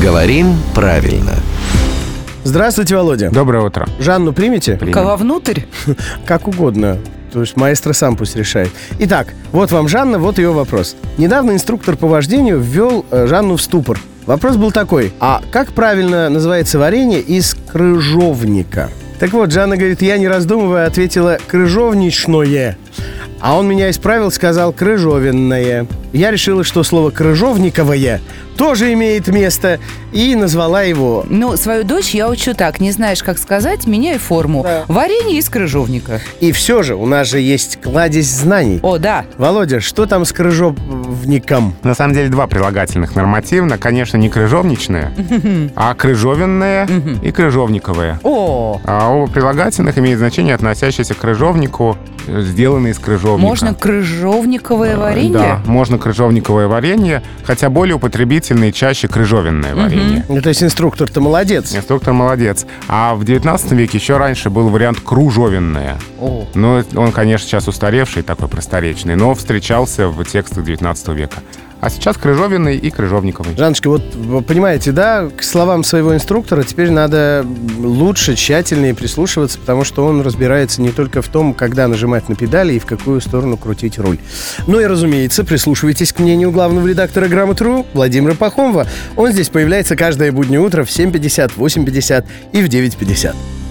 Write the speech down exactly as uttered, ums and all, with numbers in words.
Говорим правильно. Здравствуйте, Володя. Доброе утро. Жанну примете? Кого внутрь? Как угодно. То есть маэстро сам пусть решает. Итак, вот вам Жанна, вот ее вопрос. Недавно инструктор по вождению ввел э, Жанну в ступор. Вопрос был такой: а как правильно называется варенье из крыжовника? Так вот, Жанна говорит, я не раздумывая ответила крыжовничное. А он меня исправил, сказал крыжовенное. Я решила, что слово крыжовниковое тоже имеет место, и назвала его. Ну, свою дочь я учу так: не знаешь, как сказать, меняй форму. Да. Варенье из крыжовника. И все же, у нас же есть кладезь знаний. О, да. Володя, что там с крыжовником? На самом деле два прилагательных нормативно. Конечно, не крыжовничное, а крыжовенное и крыжовниковое. О, А оба прилагательных имеют значение, относящееся к крыжовнику, сделанные из крыжовника. можно крыжовниковое варенье? Да, можно крыжовниковое варенье, хотя более употребительное чаще крыжовенное варенье. Ну, то есть инструктор-то молодец. Инструктор молодец. А в девятнадцатом веке еще раньше был вариант кружовенное. О. Ну, он, конечно, сейчас устаревший, такой просторечный, но встречался в текстах девятнадцатого века. А сейчас крыжовенный и крыжовниковый. Жанночка, вот вы понимаете, да, к словам своего инструктора теперь надо лучше, тщательнее прислушиваться, потому что он разбирается не только в том, когда нажимать на педали и в какую сторону крутить руль. Ну и, разумеется, прислушивайтесь к мнению главного редактора «Грамоты.ру» Владимира Пахомова. Он здесь появляется каждое буднее утро в семь пятьдесят, восемь пятьдесят и в девять пятьдесят.